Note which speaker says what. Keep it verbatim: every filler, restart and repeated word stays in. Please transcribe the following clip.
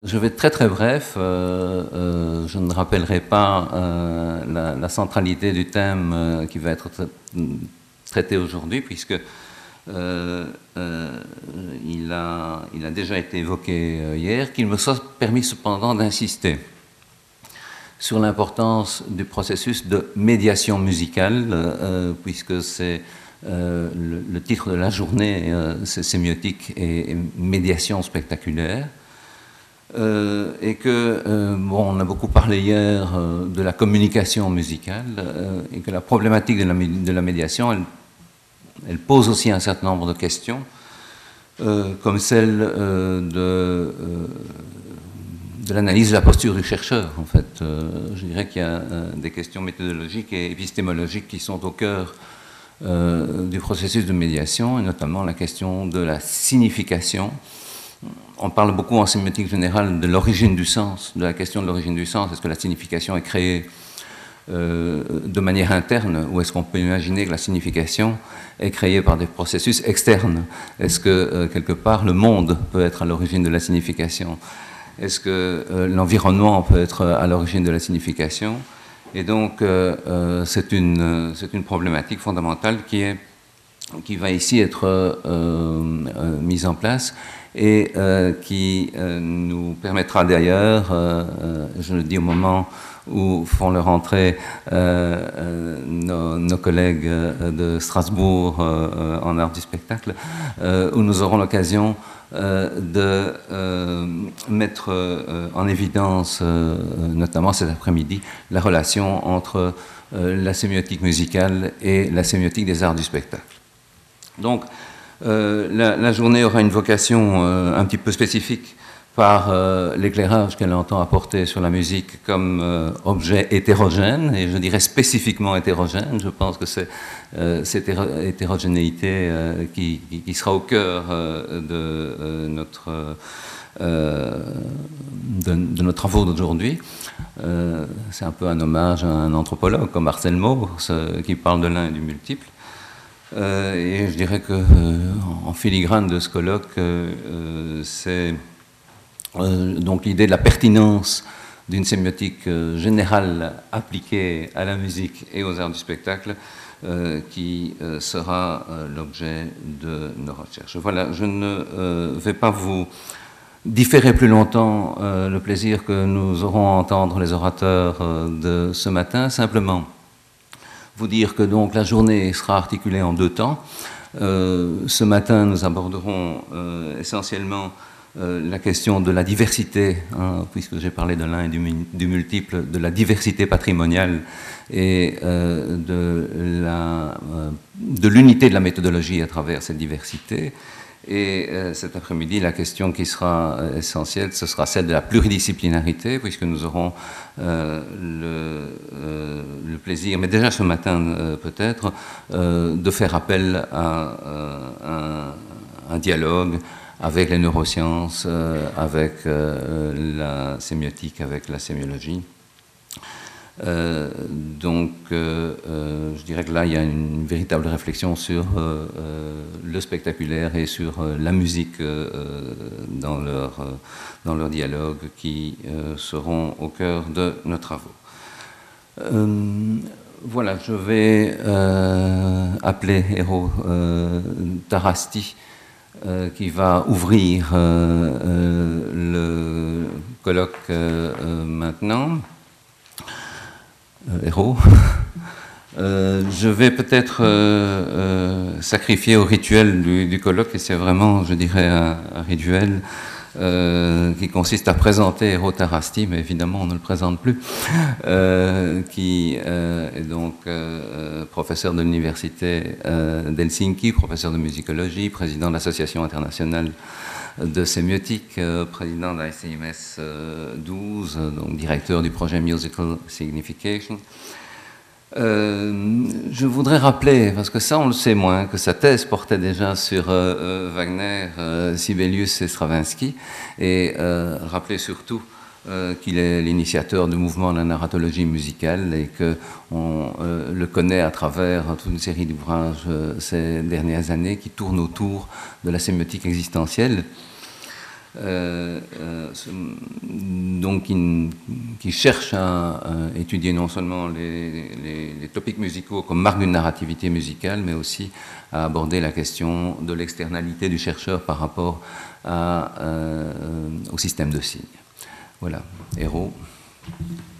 Speaker 1: je vais être très très bref. Euh, euh, je ne rappellerai pas euh, la, la centralité du thème euh, qui va être tra traité aujourd'hui, puisque euh, euh, il, a, il a déjà été évoqué euh, hier, qu'il me soit permis cependant d'insister sur l'importance du processus de médiation musicale, euh, puisque c'est euh, le, le titre de la journée, euh, c'est sémiotique et, et médiation spectaculaire. Euh, et que, euh, bon, on a beaucoup parlé hier euh, de la communication musicale, euh, et que la problématique de la, de la médiation, elle, elle pose aussi un certain nombre de questions, euh, comme celle euh, de, euh, de l'analyse de la posture du chercheur, en fait. Euh, je dirais qu'il y a euh, des questions méthodologiques et épistémologiques qui sont au cœur euh, du processus de médiation, et notamment la question de la signification. On parle beaucoup en sémiotique générale de l'origine du sens, de la question de l'origine du sens. Est-ce que la signification est créée euh, de manière interne, ou est-ce qu'on peut imaginer que la signification est créée par des processus externes? Est-ce que, euh, quelque part, le monde peut être à l'origine de la signification? Est-ce que euh, l'environnement peut être à l'origine de la signification? Et donc, euh, euh, c'est une, c'est une problématique fondamentale qui, est, qui va ici être euh, euh, mise en place, et euh, qui euh, nous permettra d'ailleurs, euh, euh, je le dis au moment où font leur entrée euh, euh, nos, nos collègues de Strasbourg euh, en art du spectacle, euh, où nous aurons l'occasion euh, de euh, mettre euh, en évidence, euh, notamment cet après-midi, la relation entre euh, la sémiotique musicale et la sémiotique des arts du spectacle. Donc, Euh, la, la journée aura une vocation euh, un petit peu spécifique par euh, l'éclairage qu'elle entend apporter sur la musique comme euh, objet hétérogène, et je dirais spécifiquement hétérogène. Je pense que c'est euh, cette hétérogénéité euh, qui, qui, qui sera au cœur euh, de, euh, notre, euh, de, de nos travaux d'aujourd'hui. Euh, c'est un peu un hommage à un anthropologue comme Marcel Mauss, qui parle de l'un et du multiple. Euh, et je dirais que, euh, en filigrane de ce colloque, euh, c'est euh, donc l'idée de la pertinence d'une sémiotique euh, générale appliquée à la musique et aux arts du spectacle euh, qui euh, sera euh, l'objet de nos recherches. Voilà, je ne euh, vais pas vous différer plus longtemps euh, le plaisir que nous aurons à entendre les orateurs euh, de ce matin, simplement vous dire que donc la journée sera articulée en deux temps. Euh, ce matin, nous aborderons euh, essentiellement euh, la question de la diversité, hein, puisque j'ai parlé de l'un et du, du multiple, de la diversité patrimoniale et euh, de la, euh, de l'unité de la méthodologie à travers cette diversité. Et euh, cet après-midi, la question qui sera euh, essentielle, ce sera celle de la pluridisciplinarité, puisque nous aurons euh, le, euh, le plaisir, mais déjà ce matin euh, peut-être, euh, de faire appel à euh, un, un dialogue avec les neurosciences, euh, avec euh, la sémiotique, avec la sémiologie. Euh, donc, euh, euh, je dirais que là, il y a une véritable réflexion sur euh, euh, le spectaculaire et sur euh, la musique euh, dans, leur, euh, dans leur dialogue qui euh, seront au cœur de nos travaux. Euh, voilà, je vais euh, appeler Eero euh, Tarasti, euh, qui va ouvrir euh, euh, le colloque euh, euh, maintenant. Euh, Eero. Euh, je vais peut-être euh, euh, sacrifier au rituel du, du colloque, et c'est vraiment, je dirais, un, un rituel euh, qui consiste à présenter Eero Tarasti, mais évidemment on ne le présente plus, euh, qui euh, est donc euh, professeur de l'université euh, d'Helsinki, professeur de musicologie, président de l'association internationale de sémiotique, euh, président de l'I C M S euh, douze, donc directeur du projet Musical Signification. Euh, je voudrais rappeler, parce que ça on le sait moins, que sa thèse portait déjà sur euh, euh, Wagner, euh, Sibelius et Stravinsky, et euh, rappeler surtout euh, qu'il est l'initiateur du mouvement de la narratologie musicale et qu'on euh, le connaît à travers toute une série d'ouvrages euh, ces dernières années qui tournent autour de la sémiotique existentielle. euh, euh, donc qui, qui cherche à, à étudier non seulement les, les, les topics musicaux comme marque d'une narrativité musicale, mais aussi à aborder la question de l'externalité du chercheur par rapport à, euh, au système de signes. Voilà, Héros.